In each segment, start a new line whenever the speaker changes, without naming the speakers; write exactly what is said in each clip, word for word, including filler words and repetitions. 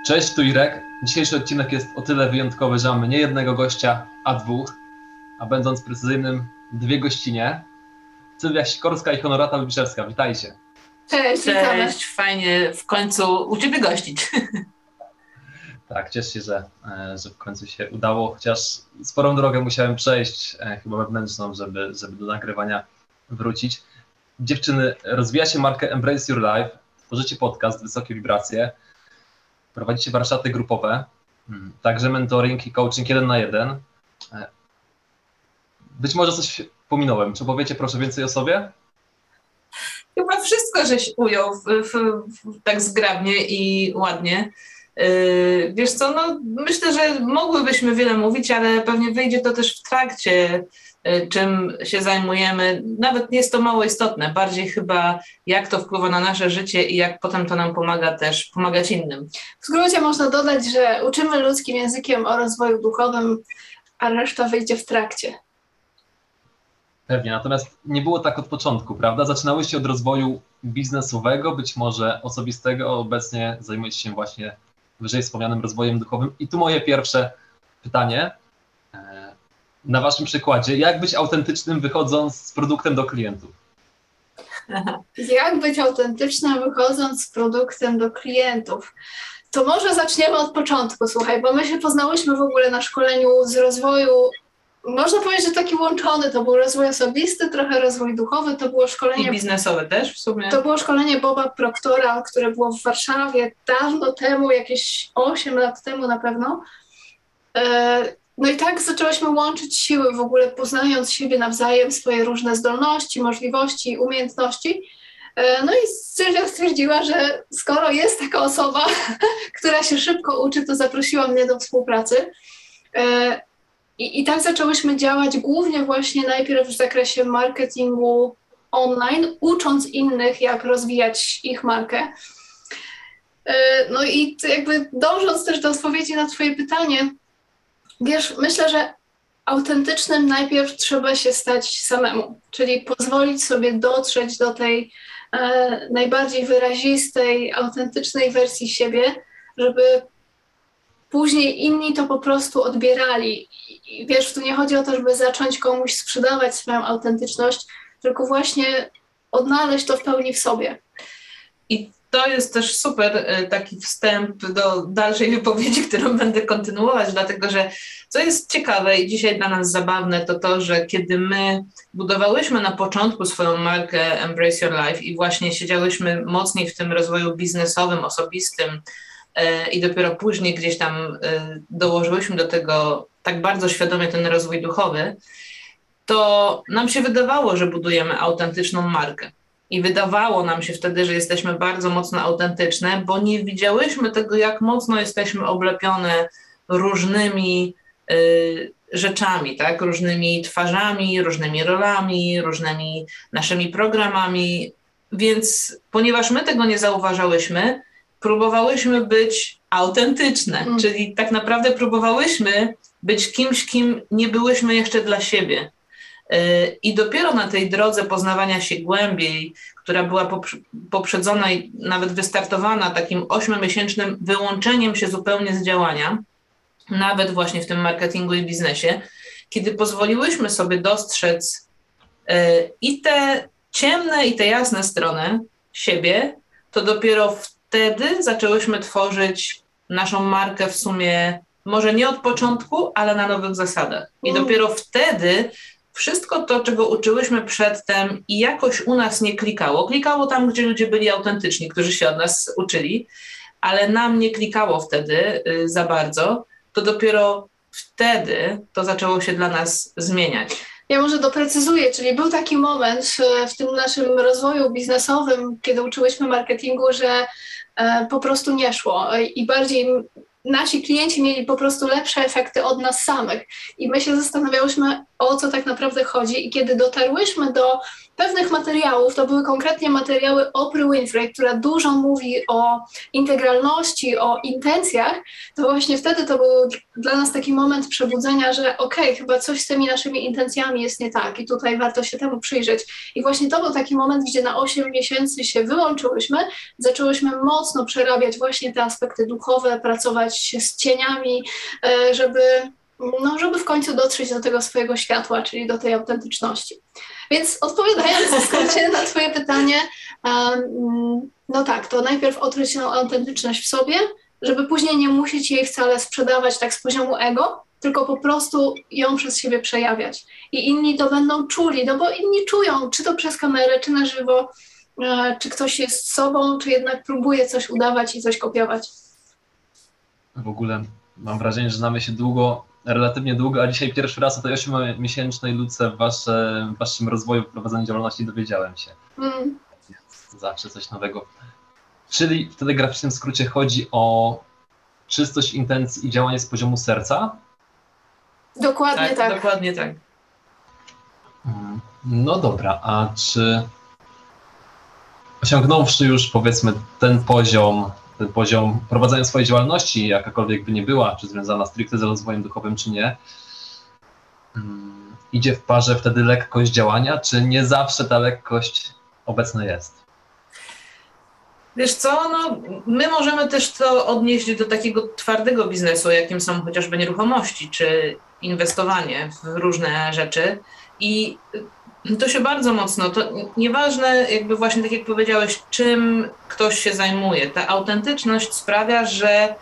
Cześć, tu Irek. Dzisiejszy odcinek jest o tyle wyjątkowy, że mamy nie jednego gościa, a dwóch, a będąc precyzyjnym, dwie gościnie. Sylwia Sikorska i Honorata Wybiszewska. Witajcie.
Cześć, witamy.
Cześć, fajnie w końcu u Ciebie gościć.
Tak, cieszę się, że, że w końcu się udało, chociaż sporą drogę musiałem przejść, chyba wewnętrzną, żeby, żeby do nagrywania wrócić. Dziewczyny, rozwija się markę Embrace Your Life, tworzycie podcast Wysokie Wibracje, prowadzicie warsztaty grupowe, także mentoring i coaching jeden na jeden. Być może coś pominąłem. Czy powiecie proszę więcej o sobie?
Chyba wszystko żeś ujął w, w, w, tak zgrabnie i ładnie. Yy, wiesz co, no myślę, że mogłybyśmy wiele mówić, ale pewnie wyjdzie to też w trakcie, yy, czym się zajmujemy. Nawet nie jest to mało istotne, bardziej chyba jak to wpływa na nasze życie i jak potem to nam pomaga też pomagać innym.
W skrócie można dodać, że uczymy ludzkim językiem o rozwoju duchowym, a reszta wyjdzie w trakcie.
Pewnie, natomiast nie było tak od początku, prawda? Zaczynałyście od rozwoju biznesowego, być może osobistego, a obecnie zajmujecie się właśnie wyżej wspomnianym rozwojem duchowym. I tu moje pierwsze pytanie, na waszym przykładzie, jak być autentycznym wychodząc z produktem do klientów?
Jak być autentycznym wychodząc z produktem do klientów? To może zaczniemy od początku, słuchaj, bo my się poznałyśmy w ogóle na szkoleniu z rozwoju. Można powiedzieć, że taki łączony, to był rozwój osobisty, trochę rozwój duchowy, to było szkolenie...
I biznesowe też w sumie.
To było szkolenie Boba Proctora, które było w Warszawie dawno temu, jakieś osiem lat temu na pewno. No i tak zaczęłyśmy łączyć siły, w ogóle poznając siebie nawzajem, swoje różne zdolności, możliwości, umiejętności. No i Sylwia stwierdziła, że skoro jest taka osoba, która się szybko uczy, to zaprosiła mnie do współpracy. I, I tak zaczęłyśmy działać głównie właśnie najpierw w zakresie marketingu online, ucząc innych, jak rozwijać ich markę. No i jakby dążąc też do odpowiedzi na twoje pytanie, wiesz, myślę, że autentycznym najpierw trzeba się stać samemu, czyli pozwolić sobie dotrzeć do tej e, najbardziej wyrazistej, autentycznej wersji siebie, żeby później inni to po prostu odbierali. I wiesz, tu nie chodzi o to, żeby zacząć komuś sprzedawać swoją autentyczność, tylko właśnie odnaleźć to w pełni w sobie.
I to jest też super taki wstęp do dalszej wypowiedzi, którą będę kontynuować, dlatego że co jest ciekawe i dzisiaj dla nas zabawne, to to, że kiedy my budowałyśmy na początku swoją markę Embrace Your Life i właśnie siedziałyśmy mocniej w tym rozwoju biznesowym, osobistym, i dopiero później gdzieś tam dołożyłyśmy do tego tak bardzo świadomie ten rozwój duchowy, to nam się wydawało, że budujemy autentyczną markę. I wydawało nam się wtedy, że jesteśmy bardzo mocno autentyczne, bo nie widziałyśmy tego, jak mocno jesteśmy oblepione różnymi y, rzeczami, tak? Różnymi twarzami, różnymi rolami, różnymi naszymi programami. Więc ponieważ my tego nie zauważałyśmy, próbowałyśmy być autentyczne, mm. czyli tak naprawdę próbowałyśmy być kimś, kim nie byłyśmy jeszcze dla siebie. Yy, I dopiero na tej drodze poznawania się głębiej, która była poprzedzona i nawet wystartowana takim ośmiomiesięcznym wyłączeniem się zupełnie z działania, nawet właśnie w tym marketingu i biznesie, kiedy pozwoliłyśmy sobie dostrzec yy, i te ciemne, i te jasne strony siebie, to dopiero w Wtedy zaczęłyśmy tworzyć naszą markę w sumie może nie od początku, ale na nowych zasadach. I mm. dopiero wtedy wszystko to, czego uczyłyśmy przedtem i jakoś u nas nie klikało. Klikało tam, gdzie ludzie byli autentyczni, którzy się od nas uczyli, ale nam nie klikało wtedy y, za bardzo. To dopiero wtedy to zaczęło się dla nas zmieniać.
Ja może doprecyzuję, czyli był taki moment w tym naszym rozwoju biznesowym, kiedy uczyłyśmy marketingu, że po prostu nie szło i bardziej nasi klienci mieli po prostu lepsze efekty od nas samych. I my się zastanawiałyśmy, o co tak naprawdę chodzi. I kiedy dotarłyśmy do pewnych materiałów, to były konkretnie materiały Oprah Winfrey, która dużo mówi o integralności, o intencjach, to właśnie wtedy to był dla nas taki moment przebudzenia, że okej, okay, chyba coś z tymi naszymi intencjami jest nie tak i tutaj warto się temu przyjrzeć. I właśnie to był taki moment, gdzie na osiem miesięcy się wyłączyłyśmy, zaczęłyśmy mocno przerabiać właśnie te aspekty duchowe, pracować z cieniami, żeby, no, żeby w końcu dotrzeć do tego swojego światła, czyli do tej autentyczności. Więc odpowiadając w skrócie na twoje pytanie, um, no tak, to najpierw odkryć tę autentyczność w sobie, żeby później nie musieć jej wcale sprzedawać tak z poziomu ego, tylko po prostu ją przez siebie przejawiać. I inni to będą czuli, no bo inni czują, czy to przez kamerę, czy na żywo, e, czy ktoś jest sobą, czy jednak próbuje coś udawać i coś kopiować.
W ogóle mam wrażenie, że znamy się długo, relatywnie długo, a dzisiaj pierwszy raz o tej ośmiomiesięcznej luce w, wasze, w waszym rozwoju, w prowadzeniu działalności dowiedziałem się. Mm. Zawsze coś nowego. Czyli w telegraficznym skrócie chodzi o czystość intencji i działanie z poziomu serca?
Dokładnie tak.
tak. Dokładnie tak.
No dobra, a czy osiągnąwszy już powiedzmy ten poziom, ten poziom prowadzenia swojej działalności, jakakolwiek by nie była, czy związana stricte z rozwojem duchowym, czy nie, um, idzie w parze wtedy lekkość działania, czy nie zawsze ta lekkość obecna jest?
Wiesz co, no, my możemy też to odnieść do takiego twardego biznesu, jakim są chociażby nieruchomości, czy inwestowanie w różne rzeczy i to się bardzo mocno, to nieważne jakby właśnie tak jak powiedziałeś, czym ktoś się zajmuje, ta autentyczność sprawia, że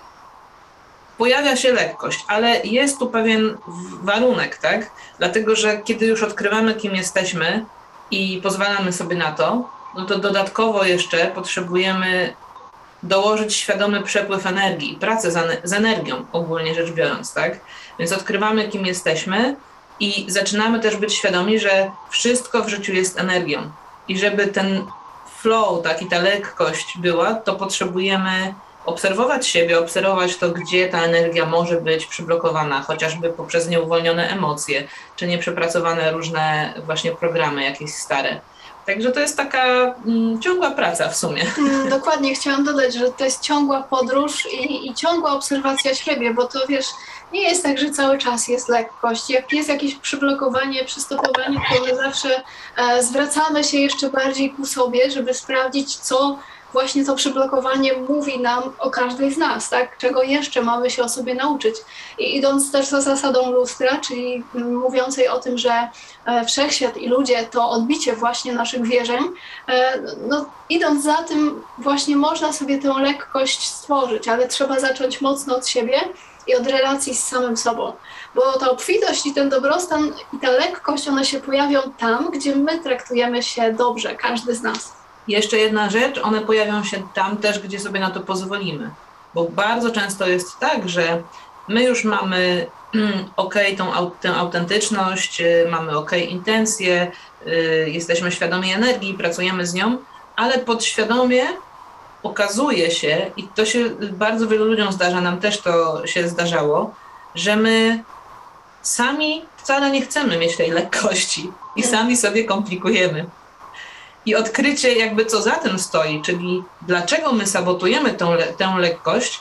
pojawia się lekkość, ale jest tu pewien warunek, tak? Dlatego, że kiedy już odkrywamy, kim jesteśmy i pozwalamy sobie na to, no to dodatkowo jeszcze potrzebujemy dołożyć świadomy przepływ energii, pracę z energią ogólnie rzecz biorąc, tak? Więc odkrywamy, kim jesteśmy i zaczynamy też być świadomi, że wszystko w życiu jest energią i żeby ten flow, tak, i ta lekkość była, to potrzebujemy obserwować siebie, obserwować to, gdzie ta energia może być przyblokowana, chociażby poprzez nieuwolnione emocje, czy nieprzepracowane różne właśnie programy jakieś stare. Także to jest taka mm, ciągła praca w sumie.
Mm, dokładnie, chciałam dodać, że to jest ciągła podróż i, i ciągła obserwacja siebie, bo to wiesz, nie jest tak, że cały czas jest lekkość. Jak jest jakieś przyblokowanie, przystopowanie, to my zawsze e, zwracamy się jeszcze bardziej ku sobie, żeby sprawdzić, co właśnie to przyblokowanie mówi nam o każdej z nas, tak? Czego jeszcze mamy się o sobie nauczyć. I idąc też za zasadą lustra, czyli mówiącej o tym, że e, wszechświat i ludzie to odbicie właśnie naszych wierzeń, e, no idąc za tym właśnie można sobie tę lekkość stworzyć, ale trzeba zacząć mocno od siebie i od relacji z samym sobą. Bo ta obfitość i ten dobrostan i ta lekkość, one się pojawią tam, gdzie my traktujemy się dobrze, każdy z nas.
Jeszcze jedna rzecz, one pojawią się tam też, gdzie sobie na to pozwolimy. Bo bardzo często jest tak, że my już mamy mm, ok, tą, tę autentyczność, y, mamy ok intencje, y, jesteśmy świadomi energii, pracujemy z nią, ale podświadomie okazuje się, i to się bardzo wielu ludziom zdarza, nam też to się zdarzało, że my sami wcale nie chcemy mieć tej lekkości i sami sobie komplikujemy. I odkrycie jakby co za tym stoi, czyli dlaczego my sabotujemy tą, tę lekkość,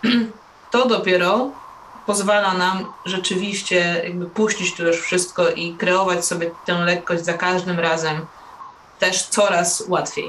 to dopiero pozwala nam rzeczywiście jakby puścić tu już wszystko i kreować sobie tę lekkość za każdym razem też coraz łatwiej.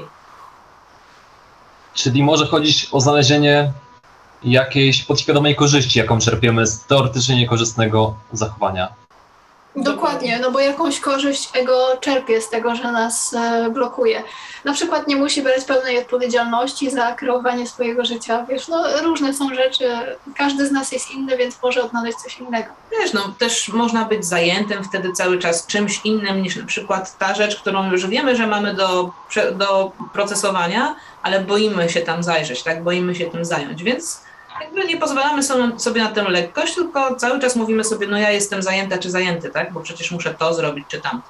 Czyli może chodzić o znalezienie jakiejś podświadomej korzyści, jaką czerpiemy z teoretycznie niekorzystnego zachowania.
Dokładnie, no bo jakąś korzyść ego czerpie z tego, że nas e, blokuje. Na przykład nie musi brać pełnej odpowiedzialności za kreowanie swojego życia. Wiesz, no różne są rzeczy, każdy z nas jest inny, więc może odnaleźć coś innego.
Wiesz, no też można być zajętym wtedy cały czas czymś innym niż na przykład ta rzecz, którą już wiemy, że mamy do, do procesowania, ale boimy się tam zajrzeć, tak? Boimy się tym zająć, więc jakby nie pozwalamy sobie na tę lekkość, tylko cały czas mówimy sobie, no ja jestem zajęta czy zajęty, tak? Bo przecież muszę to zrobić czy tamto.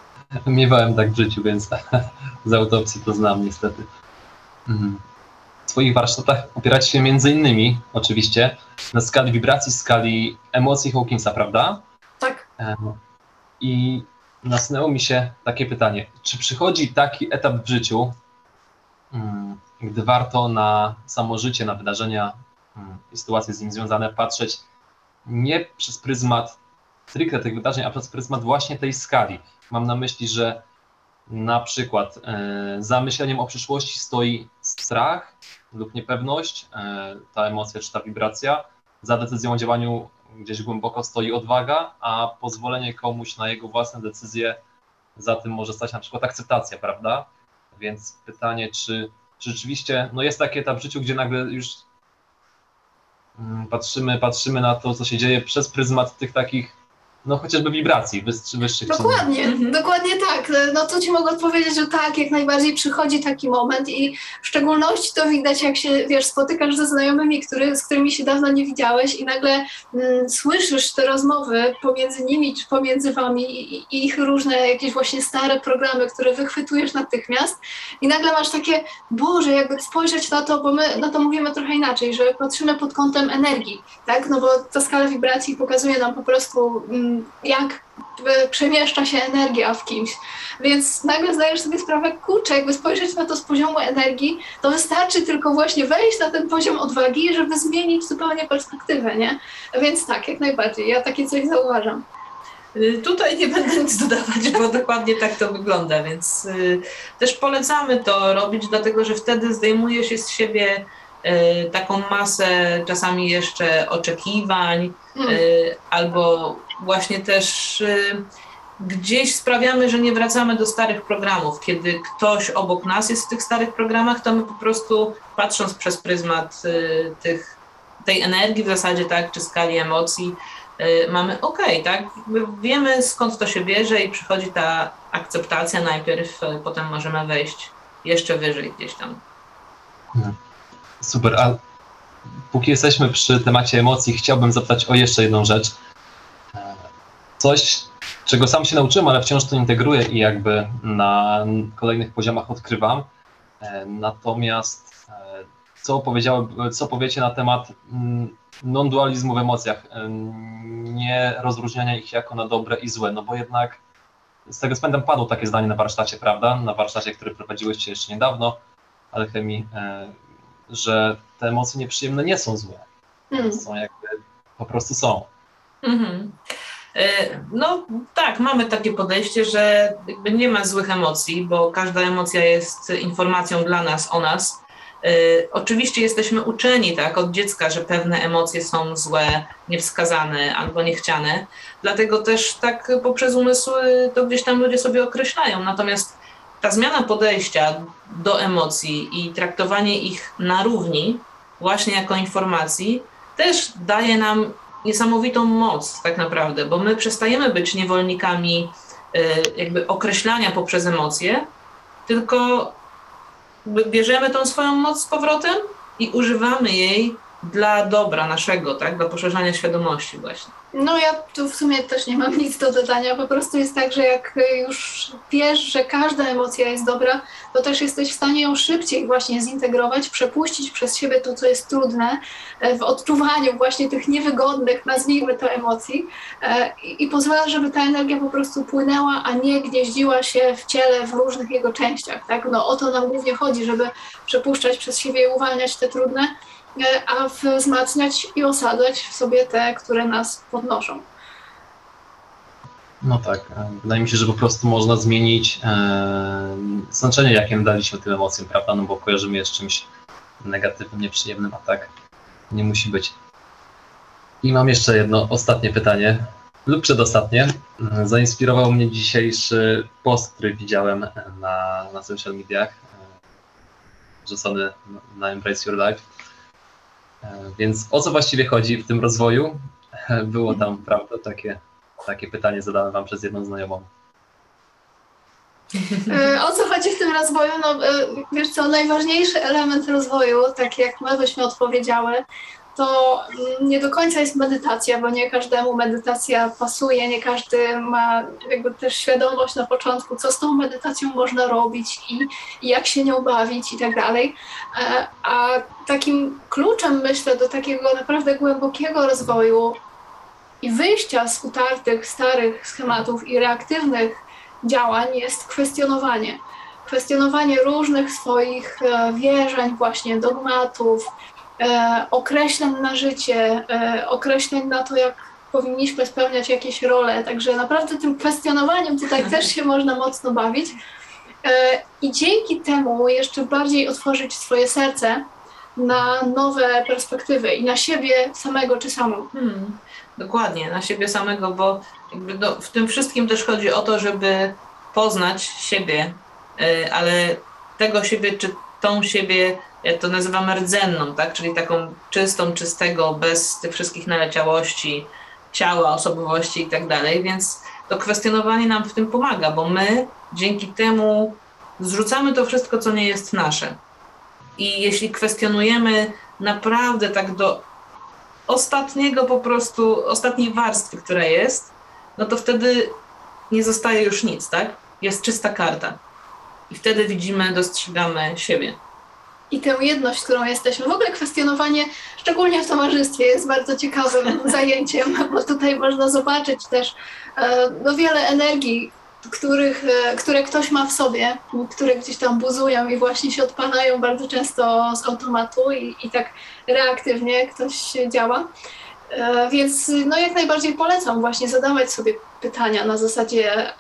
Miewałem tak w życiu, więc z autopsji to znam niestety. swoich warsztatach opieracie się między innymi, oczywiście, na skali wibracji, skali emocji Hawkinsa, prawda?
Tak.
I nasunęło mi się takie pytanie, czy przychodzi taki etap w życiu, gdy warto na samo życie, na wydarzenia i sytuacje z nim związane patrzeć nie przez pryzmat stricte tych wydarzeń, a przez pryzmat właśnie tej skali. Mam na myśli, że na przykład e, za myśleniem o przyszłości stoi strach lub niepewność, e, ta emocja czy ta wibracja, za decyzją o działaniu gdzieś głęboko stoi odwaga, a pozwolenie komuś na jego własne decyzje, za tym może stać na przykład akceptacja, prawda? Więc pytanie, czy, czy rzeczywiście no jest taki etap w życiu, gdzie nagle już mm, patrzymy, patrzymy na to, co się dzieje przez pryzmat tych takich, no chociażby wibracji wyższych. wyższych
Dokładnie,
Mhm.
dokładnie tak. No to ci mogę odpowiedzieć, że tak, jak najbardziej przychodzi taki moment i w szczególności to widać, jak się, wiesz, spotykasz ze znajomymi, który, z którymi się dawno nie widziałeś i nagle mm, słyszysz te rozmowy pomiędzy nimi czy pomiędzy wami i, i ich różne jakieś właśnie stare programy, które wychwytujesz natychmiast i nagle masz takie, Boże, jakby spojrzeć na to, bo my na to mówimy trochę inaczej, że patrzymy pod kątem energii, tak, no bo ta skala wibracji pokazuje nam po prostu mm, jak przemieszcza się energia w kimś. Więc nagle zdajesz sobie sprawę, kurczę, jakby spojrzeć na to z poziomu energii, to wystarczy tylko właśnie wejść na ten poziom odwagi, żeby zmienić zupełnie perspektywę, nie? Więc tak, jak najbardziej. Ja takie coś zauważam.
Tutaj nie będę nic dodawać, bo dokładnie tak to wygląda, więc y, też polecamy to robić, dlatego że wtedy zdejmuje się z siebie y, taką masę czasami jeszcze oczekiwań,
Mm.
y, albo właśnie też y, gdzieś sprawiamy, że nie wracamy do starych programów. Kiedy ktoś obok nas jest w tych starych programach, to my po prostu patrząc przez pryzmat y, tych, tej energii w zasadzie, tak, czy skali emocji, y, mamy okej, okay, tak, wiemy skąd to się bierze i przychodzi ta akceptacja najpierw, y, potem możemy wejść jeszcze wyżej gdzieś tam.
Super, a póki jesteśmy przy temacie emocji, chciałbym zapytać o jeszcze jedną rzecz. Coś, czego sam się nauczyłem, ale wciąż to integruję i jakby na kolejnych poziomach odkrywam. Natomiast co powiedziałem, co powiecie na temat non-dualizmu w emocjach, nie rozróżniania ich jako na dobre i złe, no bo jednak z tego co pamiętam padło takie zdanie na warsztacie, prawda? Na warsztacie, który prowadziłeś jeszcze niedawno, alchemii, że te emocje nieprzyjemne nie są złe,
Mm.
są jakby, po prostu są.
Mhm. No tak, mamy takie podejście, że jakby nie ma złych emocji, bo każda emocja jest informacją dla nas o nas. Oczywiście jesteśmy uczeni tak od dziecka, że pewne emocje są złe, niewskazane albo niechciane, dlatego też tak poprzez umysł to gdzieś tam ludzie sobie określają. Natomiast ta zmiana podejścia do emocji i traktowanie ich na równi, właśnie jako informacji, też daje nam niesamowitą moc tak naprawdę, bo my przestajemy być niewolnikami jakby określania poprzez emocje, tylko bierzemy tą swoją moc z powrotem i używamy jej dla dobra naszego, tak, dla poszerzania świadomości właśnie.
No ja tu w sumie też nie mam nic do dodania, po prostu jest tak, że jak już wiesz, że każda emocja jest dobra, to też jesteś w stanie ją szybciej właśnie zintegrować, przepuścić przez siebie to, co jest trudne w odczuwaniu właśnie tych niewygodnych, nazwijmy to, emocji i, i pozwala, żeby ta energia po prostu płynęła, a nie gnieździła się w ciele w różnych jego częściach, tak? No o to nam głównie chodzi, żeby przepuszczać przez siebie i uwalniać te trudne, a wzmacniać i osadzać w sobie te, które nas podnoszą.
No tak, wydaje mi się, że po prostu można zmienić e, znaczenie, jakie daliśmy tym emocjom, prawda, no bo kojarzymy je z czymś negatywnym, nieprzyjemnym, a tak nie musi być. I mam jeszcze jedno ostatnie pytanie, lub przedostatnie. Zainspirował mnie dzisiejszy post, który widziałem na, na social mediach, wrzucony na Embrace Your Life. Więc o co właściwie chodzi w tym rozwoju? Było tam, prawda, takie, takie pytanie zadane wam przez jedną znajomą.
O co chodzi w tym rozwoju? No wiesz co, najważniejszy element rozwoju, tak jak my byśmy odpowiedziały, to nie do końca jest medytacja, bo nie każdemu medytacja pasuje, nie każdy ma jakby też świadomość na początku, co z tą medytacją można robić i, i jak się nią bawić i tak dalej. A takim kluczem, myślę, do takiego naprawdę głębokiego rozwoju i wyjścia z utartych, starych schematów i reaktywnych działań jest kwestionowanie. Kwestionowanie różnych swoich wierzeń, właśnie dogmatów, E, określeń na życie, e, określeń na to, jak powinniśmy spełniać jakieś role. Także naprawdę tym kwestionowaniem tutaj też się można mocno bawić. E, I dzięki temu jeszcze bardziej otworzyć swoje serce na nowe perspektywy i na siebie samego czy samą.
Hmm, dokładnie, na siebie samego, bo jakby do, w tym wszystkim też chodzi o to, żeby poznać siebie, e, ale tego siebie czy tą siebie, ja to nazywam rdzenną, tak? Czyli taką czystą, czystego, bez tych wszystkich naleciałości ciała, osobowości i tak dalej, więc to kwestionowanie nam w tym pomaga, bo my dzięki temu zrzucamy to wszystko, co nie jest nasze. I jeśli kwestionujemy naprawdę tak do ostatniego po prostu, ostatniej warstwy, która jest, no to wtedy nie zostaje już nic, tak? Jest czysta karta. I wtedy widzimy, dostrzegamy siebie.
I tę jedność, którą jesteśmy. W ogóle kwestionowanie, szczególnie w towarzystwie, jest bardzo ciekawym zajęciem, bo tutaj można zobaczyć też no, wiele energii, których, które ktoś ma w sobie, które gdzieś tam buzują i właśnie się odpalają bardzo często z automatu i, i tak reaktywnie ktoś działa. Więc no, jak najbardziej polecam właśnie zadawać sobie pytania na zasadzie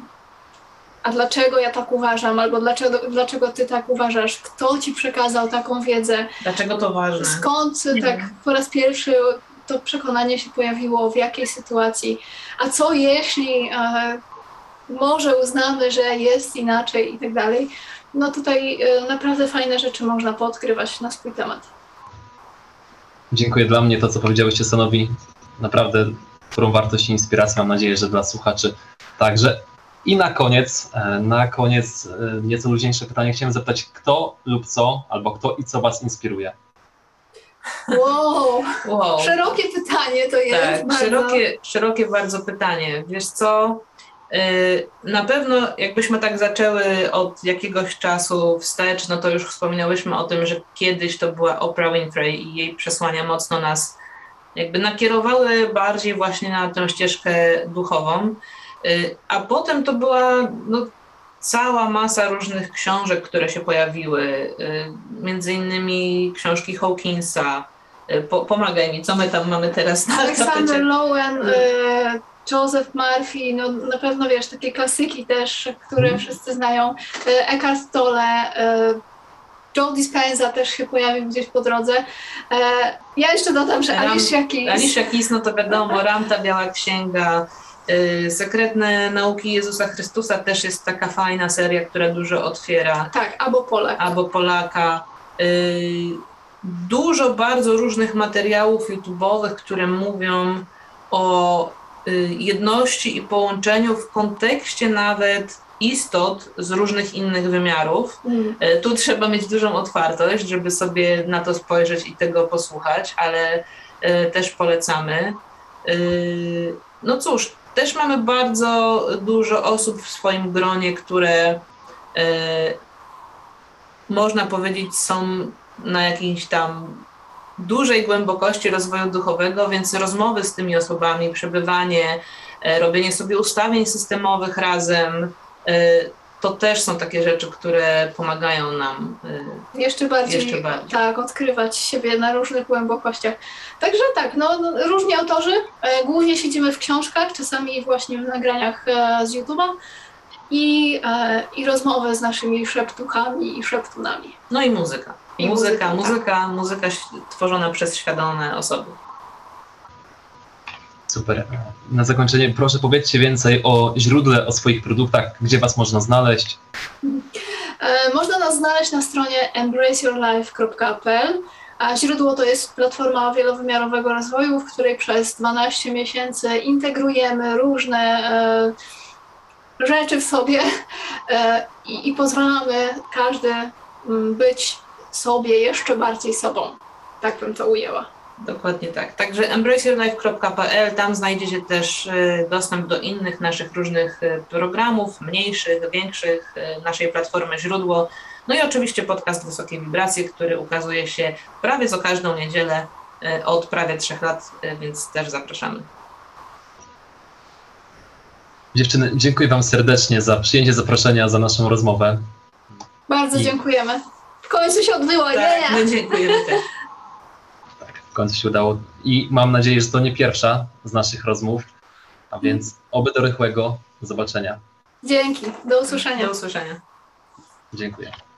a dlaczego ja tak uważam, albo dlaczego, dlaczego ty tak uważasz, kto ci przekazał taką wiedzę.
Dlaczego to ważne?
Skąd tak po raz pierwszy to przekonanie się pojawiło, w jakiej sytuacji, a co jeśli e, może uznamy, że jest inaczej i tak dalej. No tutaj e, naprawdę fajne rzeczy można poodkrywać na swój temat.
Dziękuję. Dla mnie to, co powiedziałyście, stanowi naprawdę którą wartość i inspirację. Mam nadzieję, że dla słuchaczy także. I na koniec, na koniec nieco luźniejsze pytanie. Chciałem zapytać, kto lub co, albo kto i co was inspiruje?
Wow,
wow.
Szerokie pytanie to jest.
Tak,
bardzo.
Szerokie, szerokie bardzo pytanie. Wiesz co, na pewno jakbyśmy tak zaczęły od jakiegoś czasu wstecz, no to już wspominałyśmy o tym, że kiedyś to była Oprah Winfrey i jej przesłania mocno nas jakby nakierowały bardziej właśnie na tę ścieżkę duchową. A potem to była no, cała masa różnych książek, które się pojawiły, między innymi książki Hawkinsa. Po, pomagaj mi, co my tam mamy teraz na
Alexander Lowen, y, Joseph Murphy, no na pewno wiesz, takie klasyki też, które hmm. wszyscy znają. Y, Eckhart Tolle, y, Joe Dispenza też się pojawił gdzieś po drodze. Y, ja jeszcze dodam, że
Ram,
Alicia Keys.
Alicia Keys, no to wiadomo, Ramta, Biała Księga. Sekretne nauki Jezusa Chrystusa też jest taka fajna seria, która dużo otwiera.
Tak, albo Polak.
Albo Polaka. Dużo bardzo różnych materiałów YouTube'owych, które mówią o jedności i połączeniu w kontekście nawet istot z różnych innych wymiarów. Mm. Tu trzeba mieć dużą otwartość, żeby sobie na to spojrzeć i tego posłuchać, ale też polecamy. No cóż, też mamy bardzo dużo osób w swoim gronie, które e, można powiedzieć są na jakiejś tam dużej głębokości rozwoju duchowego, więc rozmowy z tymi osobami, przebywanie, e, robienie sobie ustawień systemowych razem, e, to też są takie rzeczy, które pomagają nam y,
jeszcze, bardziej,
jeszcze bardziej
tak, odkrywać siebie na różnych głębokościach. Także tak, no, no różni autorzy, e, głównie siedzimy w książkach, czasami właśnie w nagraniach e, z YouTube'a i, e, i rozmowy z naszymi szeptuchami i szeptunami.
No i muzyka.
I
muzyka,
muzyka,
muzyka,
tak.
muzyka tworzona przez świadome osoby.
Super. Na zakończenie proszę powiedzcie więcej o źródle, o swoich produktach, gdzie was można znaleźć.
Można nas znaleźć na stronie embrace your life kropka p l, a źródło to jest platforma wielowymiarowego rozwoju, w której przez dwanaście miesięcy integrujemy różne e, rzeczy w sobie e, i, i pozwalamy każdy być sobie jeszcze bardziej sobą. Tak bym to ujęła.
Dokładnie tak. Także embrace your life kropka p l, tam znajdziecie też dostęp do innych naszych różnych programów, mniejszych, większych, naszej platformy Źródło. No i oczywiście podcast Wysokie Wibracje, który ukazuje się prawie co każdą niedzielę od prawie trzech lat, więc też zapraszamy.
Dziewczyny, dziękuję Wam serdecznie za przyjęcie zaproszenia, za naszą rozmowę.
Bardzo I... dziękujemy. W końcu się odbyło,
tak,
yeah.
My dziękujemy też.
Tak, w końcu się udało i mam nadzieję, że to nie pierwsza z naszych rozmów, a więc hmm. oby do rychłego. Do zobaczenia.
Dzięki, do usłyszenia.
Do usłyszenia.
Dziękuję.